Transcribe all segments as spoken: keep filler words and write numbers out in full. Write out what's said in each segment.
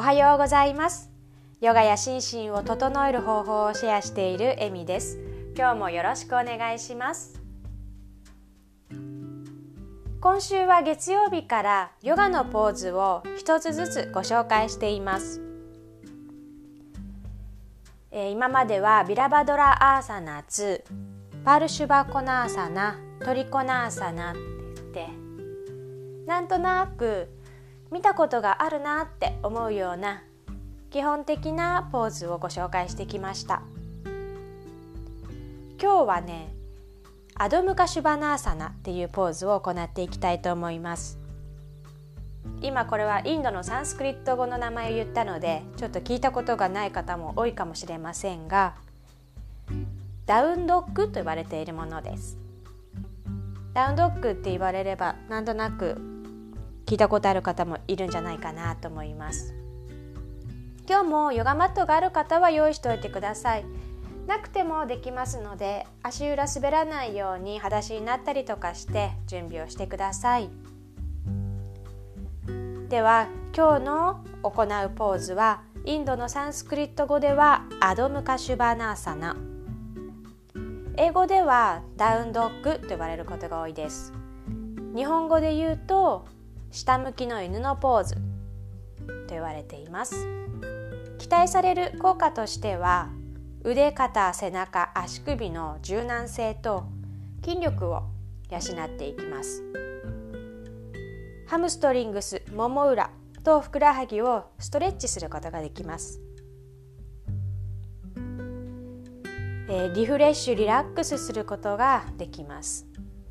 はようございます。ヨガや心身を整える方法をシェアしているエミです。今日もよろしくお願いします。今週は月曜日からヨガのポーズを一つずつご紹介しています。えー、今まではビラバドラアーサナツ、パールシュバコナーサナ、トリコナーサナって言って、なんとなく見たことがあるなって思うような基本的なポーズをご紹介してきました。今日はね、アドムカシュバナーサナっていうポーズを行っていきたいと思います。今これはインドのサンスクリット語の名前を言ったのでちょっと聞いたことがない方も多いかもしれませんが、ダウンドッグと言われているものです。ダウンドッグって言われればなんとなく聞いたことある方もいるんじゃないかなと思います。今日もヨガマットがある方は用意しておいてください。なくてもできますので、足裏滑らないように裸足になったりとかして準備をしてください。では今日の行うポーズはインドのサンスクリット語ではアドムカシュバナーサナ、英語ではダウンドッグと呼ばれることが多いです。日本語で言うと下向きの犬のポーズと言われています。期待される効果としては腕、肩、背中、足首の柔軟性と筋力を養っていきます。ハムストリングス、もも裏とふくらはぎをストレッチすることができます。えー、リフレッシュ、リラックスすることができます。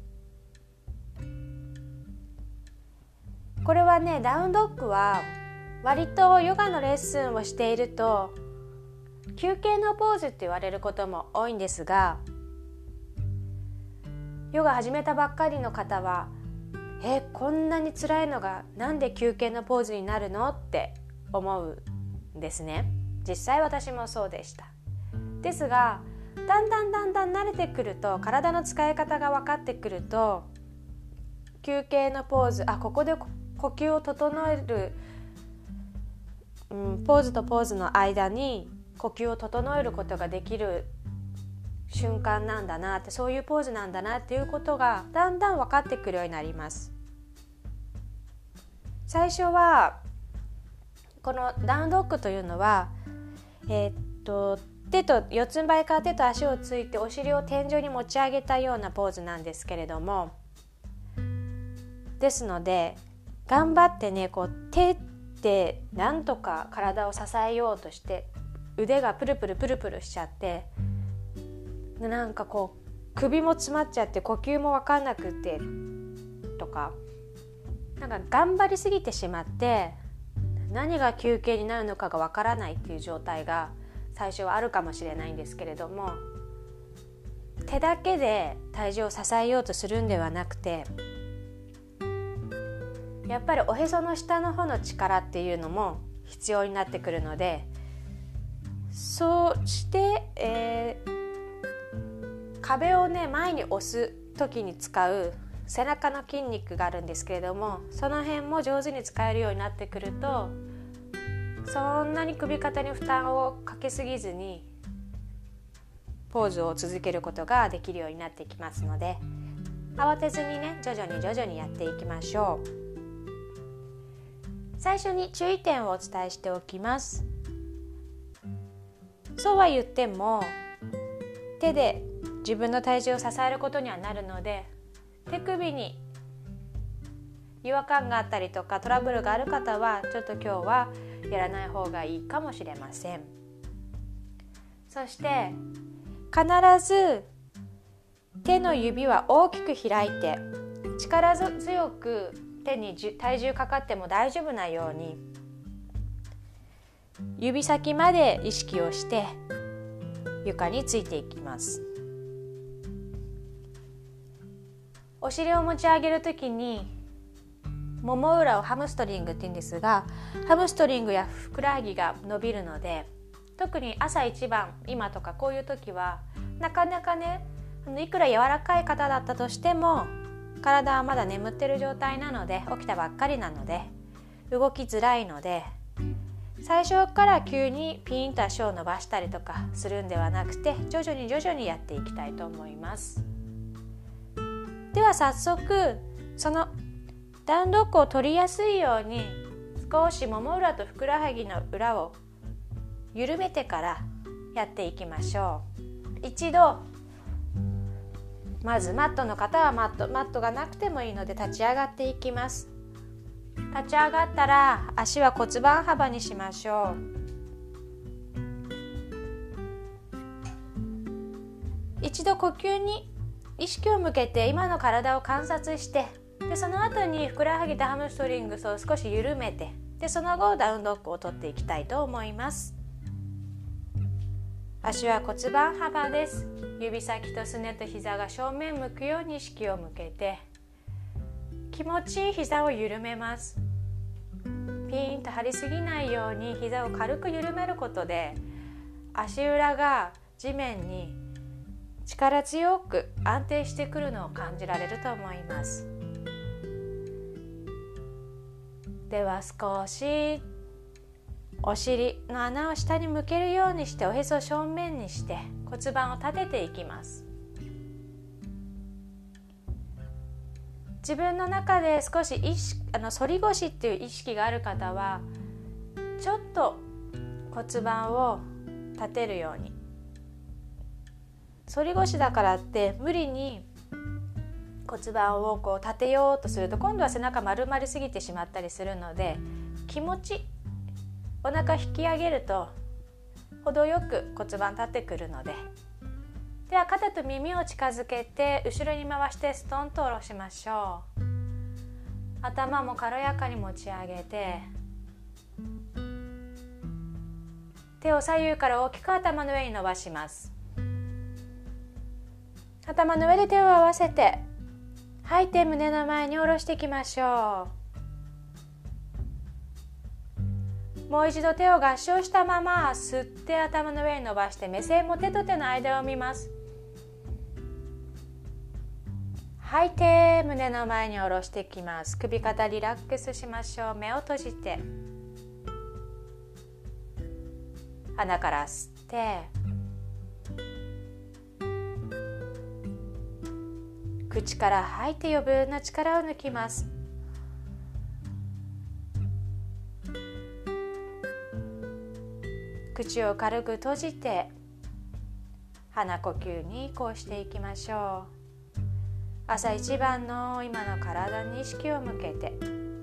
これはね、ダウンドッグは割とヨガのレッスンをしていると休憩のポーズって言われることも多いんですが、ヨガ始めたばっかりの方はえこんなに辛いのがなんで休憩のポーズになるのって思うんですね。実際私もそうでした。ですがだんだんだんだん慣れてくると、体の使い方が分かってくると、休憩のポーズ、あここで呼吸を整える、うん、ポーズとポーズの間に呼吸を整えることができる瞬間なんだなって、そういうポーズなんだなっていうことがだんだん分かってくるようになります。最初はこのダウンドッグというのは、えー、っと手と四つん這いから手と足をついてお尻を天井に持ち上げたようなポーズなんですけれども、ですので頑張ってね、こう手でなんとか体を支えようとして腕がプルプルプルプルしちゃって、なんかこう首も詰まっちゃって呼吸も分かんなくてとか、なんか頑張りすぎてしまって何が休憩になるのかが分からないっていう状態が最初はあるかもしれないんですけれども、手だけで体重を支えようとするんではなくて、やっぱりおへその下の方の力っていうのも必要になってくるので、そうして、えー、壁をね前に押す時に使う背中の筋肉があるんですけれども、その辺も上手に使えるようになってくると、そんなに首肩に負担をかけすぎずにポーズを続けることができるようになってきますので、慌てずにね徐々に徐々にやっていきましょう。最初に注意点をお伝えしておきます。そうは言っても手で自分の体重を支えることにはなるので、手首に違和感があったりとかトラブルがある方はちょっと今日はやらない方がいいかもしれません。そして必ず手の指は大きく開いて、力強く手に体重かかっても大丈夫なように指先まで意識をして床についていきます。お尻を持ち上げるときにもも裏をハムストリングって言うんですが、ハムストリングやふくらはぎが伸びるので、特に朝一番今とかこういう時はなかなかね、いくら柔らかい方だったとしても体はまだ眠ってる状態なので、起きたばっかりなので動きづらいので、 最初から急にピンと足を伸ばしたりとかするんではなくて、徐々に徐々にやっていきたいと思います。では早速、そのダウンドッグを取りやすいように少しもも裏とふくらはぎの裏を緩めてからやっていきましょう。一度まずマットの方はマットマットがなくてもいいので立ち上がっていきます。立ち上がったら足は骨盤幅にしましょう。一度呼吸に意識を向けて今の体を観察して、でその後にふくらはぎとハムストリングスを少し緩めて、でその後ダウンドッグを取っていきたいと思います。足は骨盤幅です。指先とすねと膝が正面向くように意識を向けて、気持ちいい膝を緩めます。ピーンと張りすぎないように膝を軽く緩めることで、足裏が地面に力強く安定してくるのを感じられると思います。では少しお尻の穴を下に向けるようにして、おへそを正面にして骨盤を立てていきます。自分の中で少し意識、あの反り腰っていう意識がある方は、ちょっと骨盤を立てるように。反り腰だからって無理に骨盤をこう立てようとすると、今度は背中丸まりすぎてしまったりするので、気持ちお腹引き上げると程よく骨盤立ってくるので、では肩と耳を近づけて後ろに回してストンと下ろしましょう。頭も軽やかに持ち上げて、手を左右から大きく頭の上に伸ばします。頭の上で手を合わせて吐いて胸の前に下ろしていきましょう。もう一度手を合掌したまま吸って頭の上に伸ばして、目線も手と手の間を見ます。吐いて胸の前に下ろしていきます。首肩リラックスしましょう。目を閉じて、鼻から吸って口から吐いて余分な力を抜きます。口を軽く閉じて鼻呼吸に移行していきましょう。朝一番の今の体に意識を向けて、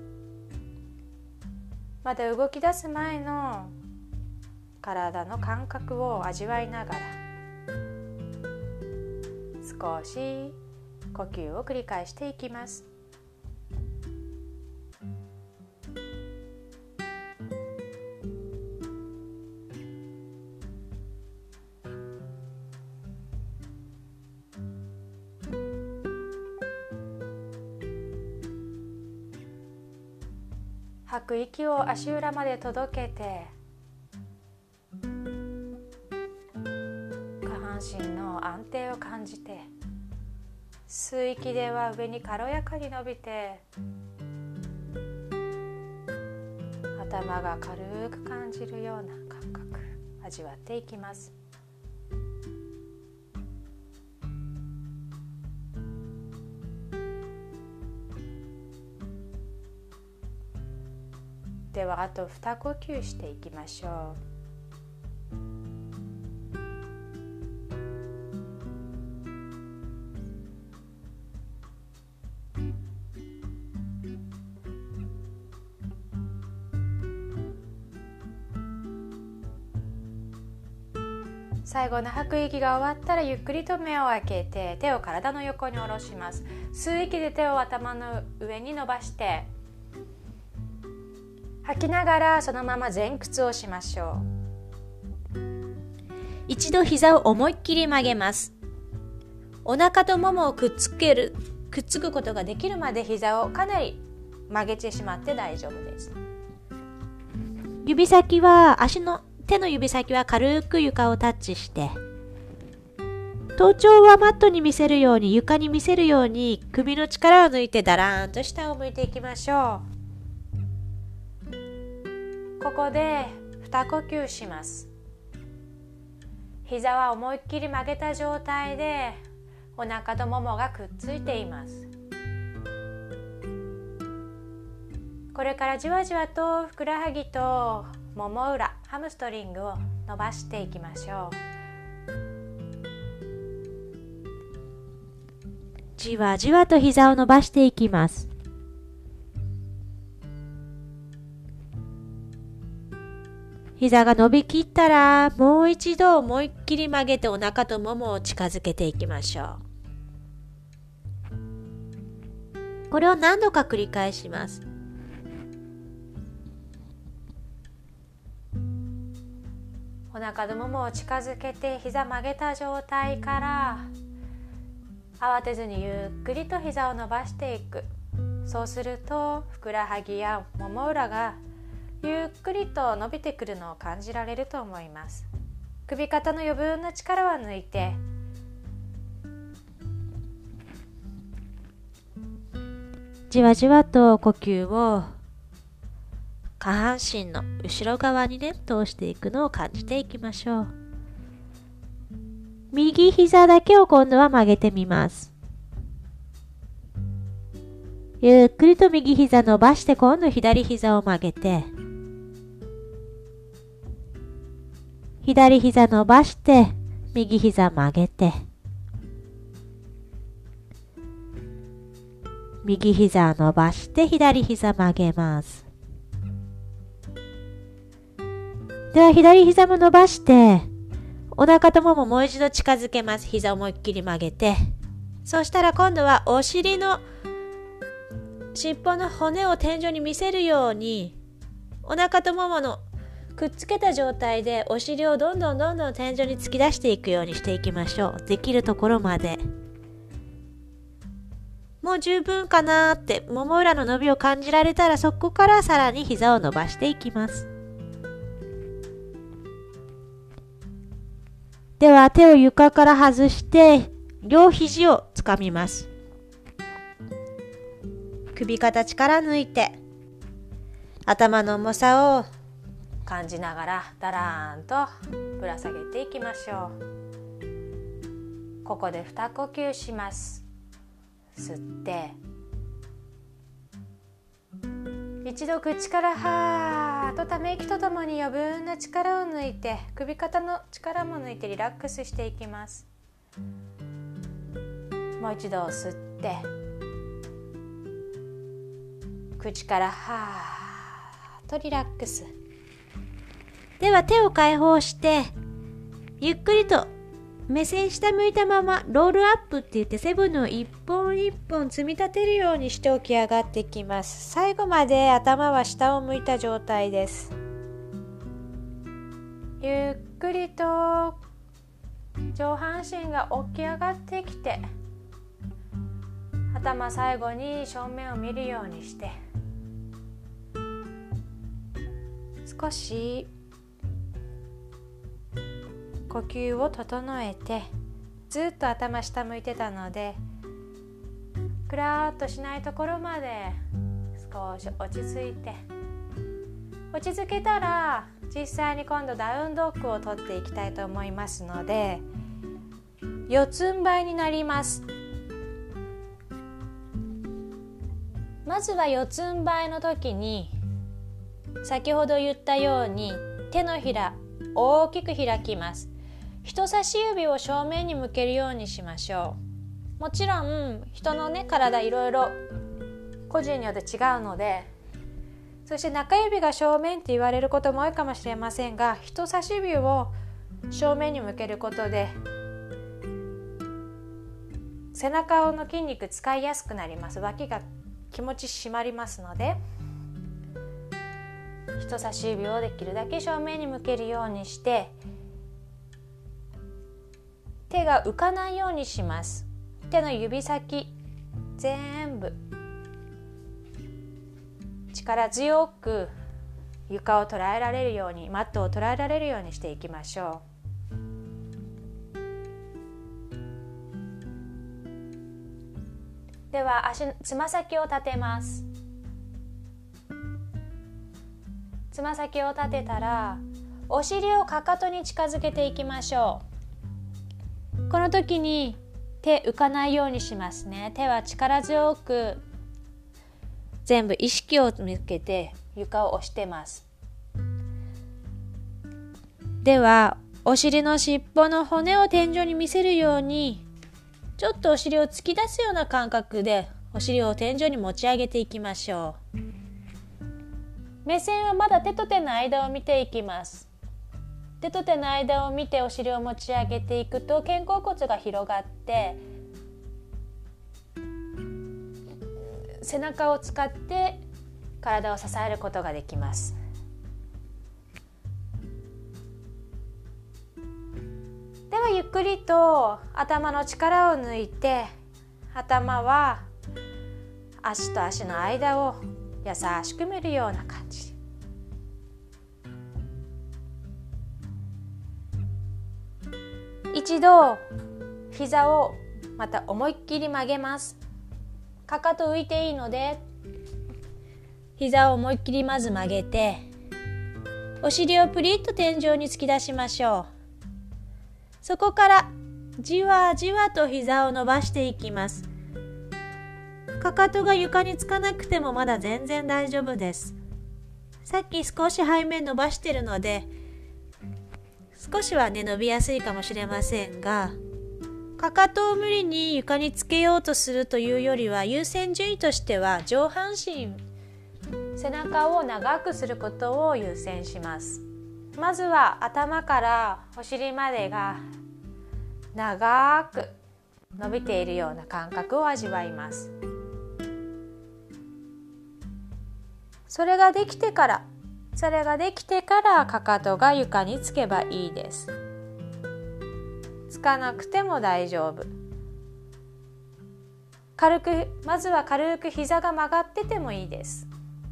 まだ動き出す前の体の感覚を味わいながら、少し呼吸を繰り返していきます。吐く息を足裏まで届けて、下半身の安定を感じて、吸う息では上に軽やかに伸びて、頭が軽く感じるような感覚味わっていきます。ではあと二呼吸していきましょう。最後の吐く息が終わったら、ゆっくりと目を開けて手を体の横に下ろします。吸う息で手を頭の上に伸ばして、吐きながらそのまま前屈をしましょう。一度膝を思いっきり曲げます。お腹とももをくっつけるくっつくことができるまで膝をかなり曲げてしまって大丈夫です。指先は足の手の指先は軽く床をタッチして、頭頂はマットに見せるように、床に見せるように首の力を抜いてだらーんと下を向いていきましょう。ここで二呼吸します。膝は思いっきり曲げた状態でお腹とももがくっついています。これからじわじわとふくらはぎともも裏、ハムストリングを伸ばしていきましょう。じわじわと膝を伸ばしていきます。膝が伸びきったら、もう一度思いっきり曲げてお腹とももを近づけていきましょう。これを何度か繰り返します。お腹とももを近づけて膝曲げた状態から慌てずにゆっくりと膝を伸ばしていく。そうするとふくらはぎやもも裏がゆっくりと伸びてくるのを感じられると思います。首肩の余分な力は抜いて、じわじわと呼吸を下半身の後ろ側にね通していくのを感じていきましょう。右膝だけを今度は曲げてみます。ゆっくりと右膝伸ばして今度左膝を曲げて、左膝伸ばして右膝曲げて、右膝伸ばして左膝曲げます。では左膝も伸ばしてお腹ともももう一度近づけます。膝を思いっきり曲げて、そうしたら今度はお尻の尻尾の骨を天井に見せるようにお腹ともものくっつけた状態でお尻をどんどんどんどん天井に突き出していくようにしていきましょう。できるところまで。もう十分かなーってもも裏の伸びを感じられたら、そこからさらに膝を伸ばしていきます。では手を床から外して両肘をつかみます。首肩力抜いて頭の重さを感じながらだらーんとぶら下げていきましょう。ここで二呼吸します。吸って一度口からはーっとため息とともに余分な力を抜いて、首肩の力も抜いてリラックスしていきます。もう一度吸って口からはーっとリラックス。では手を解放してゆっくりと目線下向いたままロールアップって言って背骨を一本一本積み立てるようにして起き上がってきます。最後まで頭は下を向いた状態です。ゆっくりと上半身が起き上がってきて、頭最後に正面を見るようにして少し呼吸を整えて、ずっと頭下向いてたのでクラーっとしないところまで少し落ち着いて、落ち着けたら実際に今度ダウンドッグを取っていきたいと思いますので、四つん這いになります。まずは四つん這いの時に先ほど言ったように手のひら大きく開きます。人差し指を正面に向けるようにしましょう。もちろん人のね体いろいろ個人によって違うので、そして中指が正面って言われることも多いかもしれませんが、人差し指を正面に向けることで背中の筋肉使いやすくなります。脇が気持ち締まりますので、人差し指をできるだけ正面に向けるようにして手が浮かないようにします。手の指先全部力強く床を捉えられるように、マットを捉えられるようにしていきましょう。では足つま先を立てます。つま先を立てたらお尻をかかとに近づけていきましょう。この時に手浮かないようにしますね。手は力強く全部意識を向けて床を押してます。ではお尻の尻尾の骨を天井に見せるように、ちょっとお尻を突き出すような感覚でお尻を天井に持ち上げていきましょう。目線はまだ手と手の間を見ていきます。手と手の間を見てお尻を持ち上げていくと肩甲骨が広がって背中を使って体を支えることができます。ではゆっくりと頭の力を抜いて、頭は足と足の間を優しく見るような感じ。一度膝をまた思いっきり曲げます。かかと浮いていいので膝を思いっきりまず曲げて、お尻をプリッと天井に突き出しましょう。そこからじわじわと膝を伸ばしていきます。かかとが床につかなくてもまだ全然大丈夫です。さっき少し背面伸ばしてるので少しはね伸びやすいかもしれませんが、かかとを無理に床につけようとするというよりは、優先順位としては上半身、背中を長くすることを優先します。まずは頭からお尻までが長く伸びているような感覚を味わいます。それができてからそれができてからかかとが床につけばいいです。つかなくても大丈夫。軽くまずは軽く膝が曲がっててもいいです。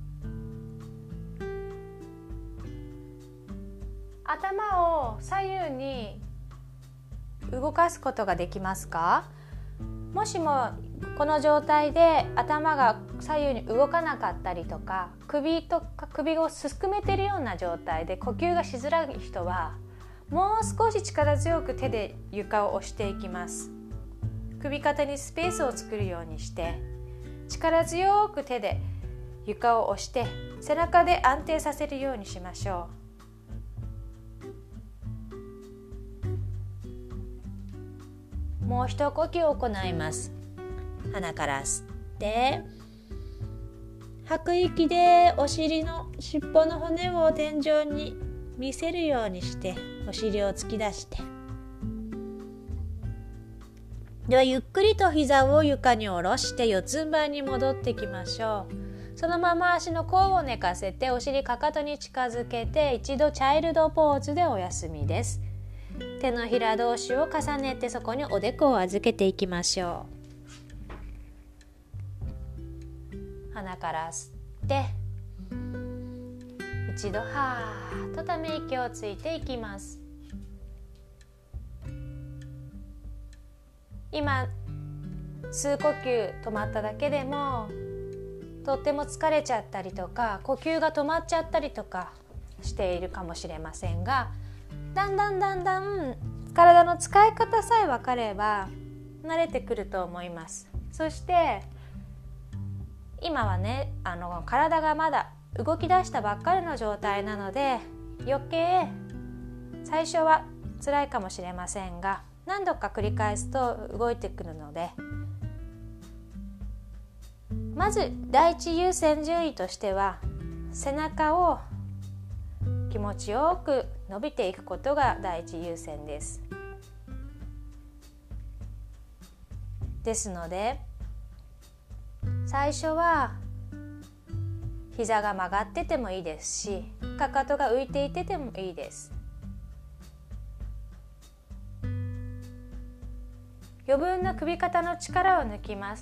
頭を左右に動かすことができますか？もしもこの状態で頭が左右に動かなかったりとか、首とか首をすくめているような状態で呼吸がしづらい人は、もう少し力強く手で床を押していきます。首肩にスペースを作るようにして力強く手で床を押して背中で安定させるようにしましょう。もう一呼吸を行います。鼻から吸って吐く息でお尻の尻尾の骨を天井に見せるようにしてお尻を突き出して、ではゆっくりと膝を床に下ろして四つん這いに戻ってきましょう。そのまま足の甲を寝かせてお尻かかとに近づけて、一度チャイルドポーズでお休みです。手のひら同士を重ねてそこにおでこを預けていきましょう。鼻から吸って一度はーっとため息をついていきます。今数呼吸止まっただけでもとっても疲れちゃったりとか、呼吸が止まっちゃったりとかしているかもしれませんが、だんだんだんだん体の使い方さえ分かれば慣れてくると思います。そして今はね、あの体がまだ動き出したばっかりの状態なので、余計最初は辛いかもしれませんが、何度か繰り返すと動いてくるので、まず第一優先順位としては背中を気持ちよく伸びていくことが第一優先です。ですので最初は膝が曲がっててもいいですし、かかとが浮いていててもいいです。余分な首肩の力を抜きます。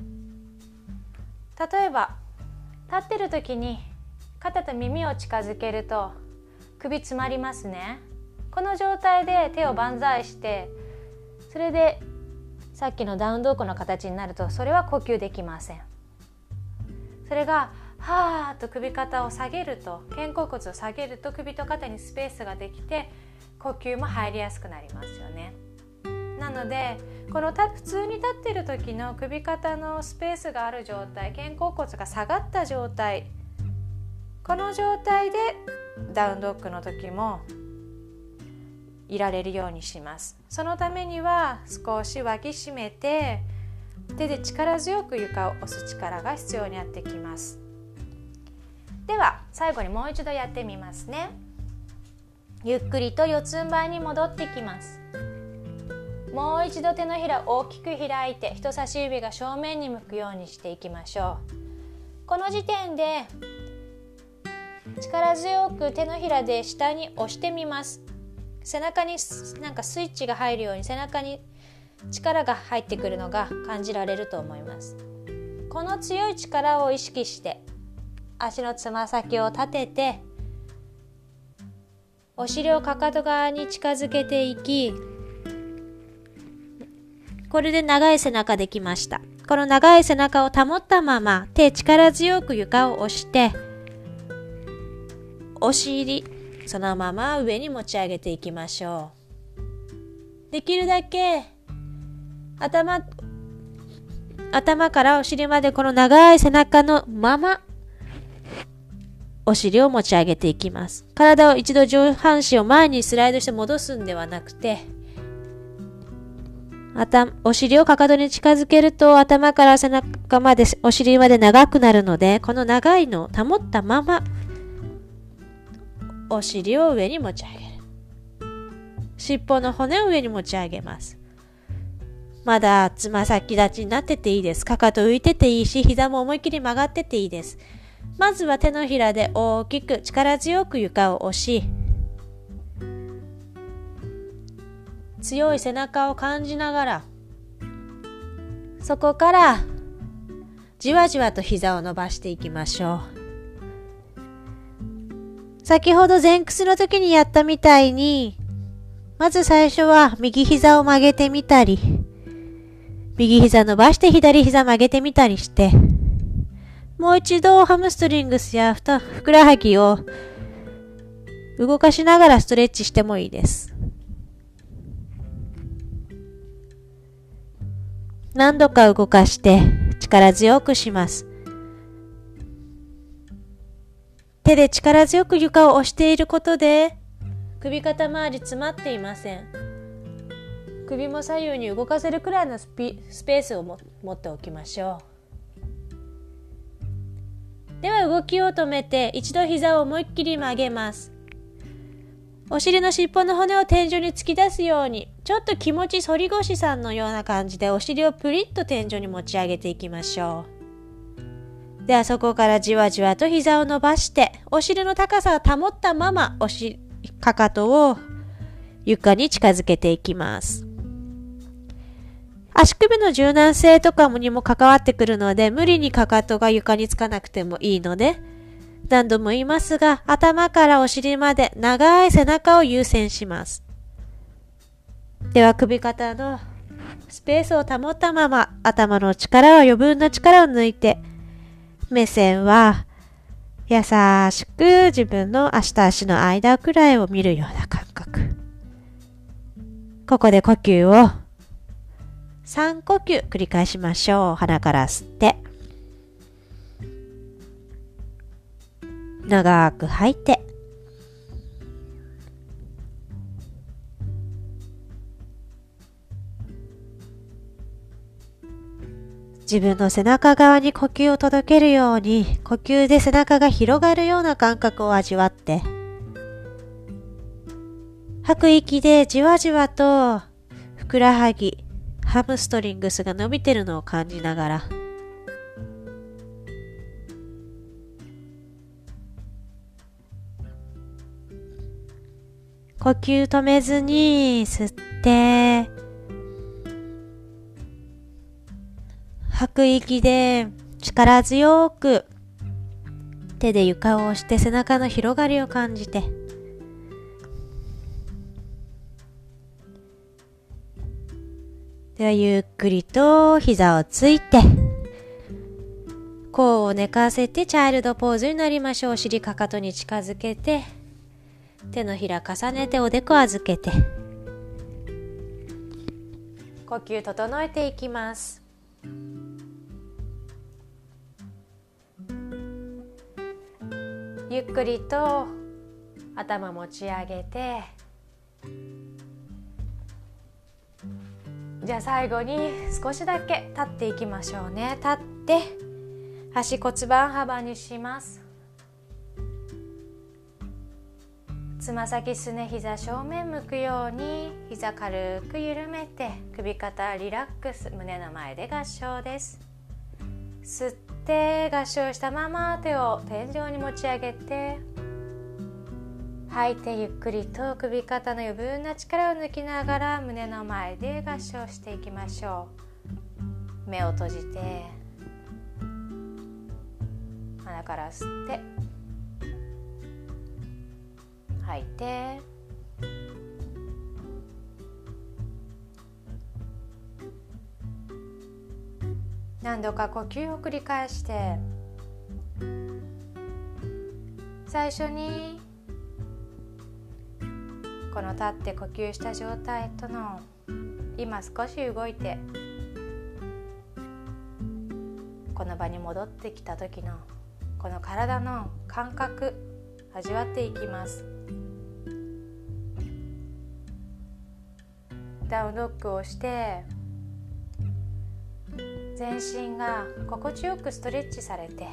例えば立ってる時に肩と耳を近づけると首詰まりますね。この状態で手を万歳して、それでさっきのダウンドッグの形になると、それは呼吸できません。それがはーっと首肩を下げると、肩甲骨を下げると首と肩にスペースができて呼吸も入りやすくなりますよね。なのでこの普通に立っている時の首肩のスペースがある状態、肩甲骨が下がった状態、この状態でダウンドッグの時もいられるようにします。そのためには少し脇締めて手で力強く床を押す力が必要になってきます。では最後にもう一度やってみますね。ゆっくりと四つん這いに戻ってきます。もう一度手のひらを大きく開いて人差し指が正面に向くようにしていきましょう。この時点で力強く手のひらで下に押してみます。背中になんかスイッチが入るように背中に力が入ってくるのが感じられると思います。この強い力を意識して足のつま先を立ててお尻をかかと側に近づけていき、これで長い背中できました。この長い背中を保ったまま手力強く床を押してお尻そのまま上に持ち上げていきましょう。できるだけ頭頭からお尻までこの長い背中のままお尻を持ち上げていきます。体を一度上半身を前にスライドして戻すんではなくて、頭お尻をかかとに近づけると頭から背中までお尻まで長くなるので、この長いのを保ったままお尻を上に持ち上げる。尻尾の骨を上に持ち上げます。まだつま先立ちになってていいです。かかと浮いてていいし、膝も思いっきり曲がってていいです。まずは手のひらで大きく力強く床を押し、強い背中を感じながら、そこからじわじわと膝を伸ばしていきましょう。先ほど前屈の時にやったみたいに、まず最初は右膝を曲げてみたり、右膝伸ばして左膝曲げてみたりして、もう一度ハムストリングスやふくらはぎを動かしながらストレッチしてもいいです。何度か動かして力強くします。手で力強く床を押していることで首肩周り詰まっていません。首も左右に動かせるくらいのスピスペースをも持っておきましょう。では動きを止めて一度膝を思いっきり曲げます。お尻の尻尾の骨を天井に突き出すように、ちょっと気持ち反り腰さんのような感じでお尻をプリッと天井に持ち上げていきましょう。ではそこからじわじわと膝を伸ばしてお尻の高さを保ったままお尻かかとを床に近づけていきます。足首の柔軟性とかにも関わってくるので、無理にかかとが床につかなくてもいいので、何度も言いますが、頭からお尻まで長い背中を優先します。では首肩のスペースを保ったまま、頭の力を余分な力を抜いて、目線は優しく自分の足と足の間くらいを見るような感覚。ここで呼吸をさん呼吸繰り返しましょう。鼻から吸って長く吐いて、自分の背中側に呼吸を届けるように、呼吸で背中が広がるような感覚を味わって、吐く息でじわじわとふくらはぎ、ハムストリングスが伸びてるのを感じながら、呼吸止めずに吸って、吐く息で力強く手で床を押して背中の広がりを感じて、ではゆっくりと膝をついて甲を寝かせてチャイルドポーズになりましょう。お尻かかとに近づけて、手のひら重ねておでこ預けて、呼吸整えていきます。ゆっくりと頭持ち上げて、じゃあ最後に少しだけ立っていきましょうね。立って足骨盤幅にします。つま先すね膝正面向くように膝軽く緩めて、首肩リラックス、胸の前で合掌です。吸って合掌したまま手を天井に持ち上げて、吐いてゆっくりと首肩の余分な力を抜きながら胸の前で合掌していきましょう。目を閉じて鼻から吸って吐いて、何度か呼吸を繰り返して、最初にこの立って呼吸した状態との今少し動いてこの場に戻ってきた時のこの体の感覚味わっていきます。ダウンドッグをして全身が心地よくストレッチされて、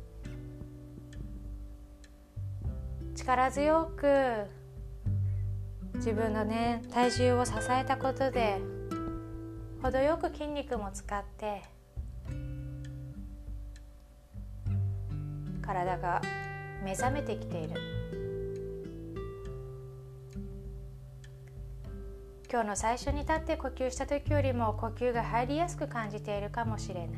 力強く自分のね体重を支えたことで程よく筋肉も使って体が目覚めてきている。今日の最初に立って呼吸した時よりも呼吸が入りやすく感じているかもしれない。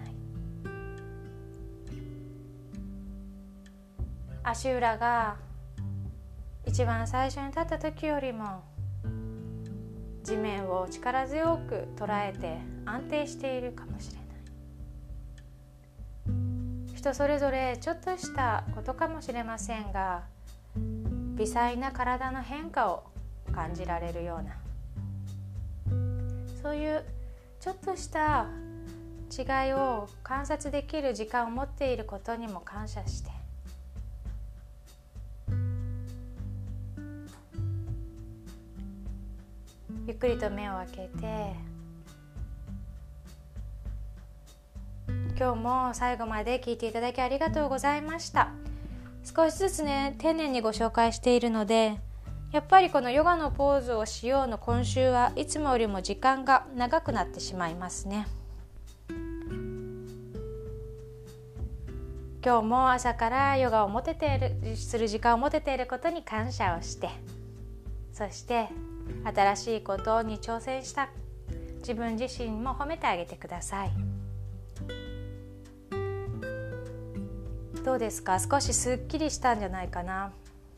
足裏が一番最初に立った時よりも地面を力強く捉えて安定しているかもしれない。人それぞれちょっとしたことかもしれませんが、微細な体の変化を感じられるような、そういうちょっとした違いを観察できる時間を持っていることにも感謝して、ゆっくりと目を開けて、今日も最後まで聞いていただきありがとうございました。少しずつね丁寧にご紹介しているので、やっぱりこのヨガのポーズをしようの今週はいつもよりも時間が長くなってしまいますね。今日も朝からヨガを持てているする時間を持てていることに感謝をして、そして新しいことに挑戦した自分自身も褒めてあげてください。どうですか？少しすっきりしたんじゃないかな。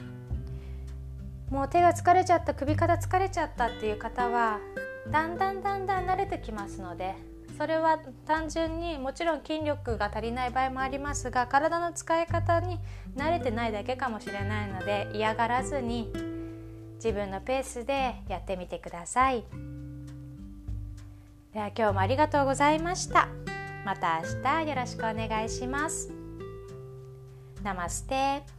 もう手が疲れちゃった、首肩疲れちゃったっていう方はだんだんだんだん慣れてきますので、それは単純にもちろん筋力が足りない場合もありますが、体の使い方に慣れてないだけかもしれないので、嫌がらずに自分のペースでやってみてください。では今日もありがとうございました。また明日よろしくお願いします。ナマステ。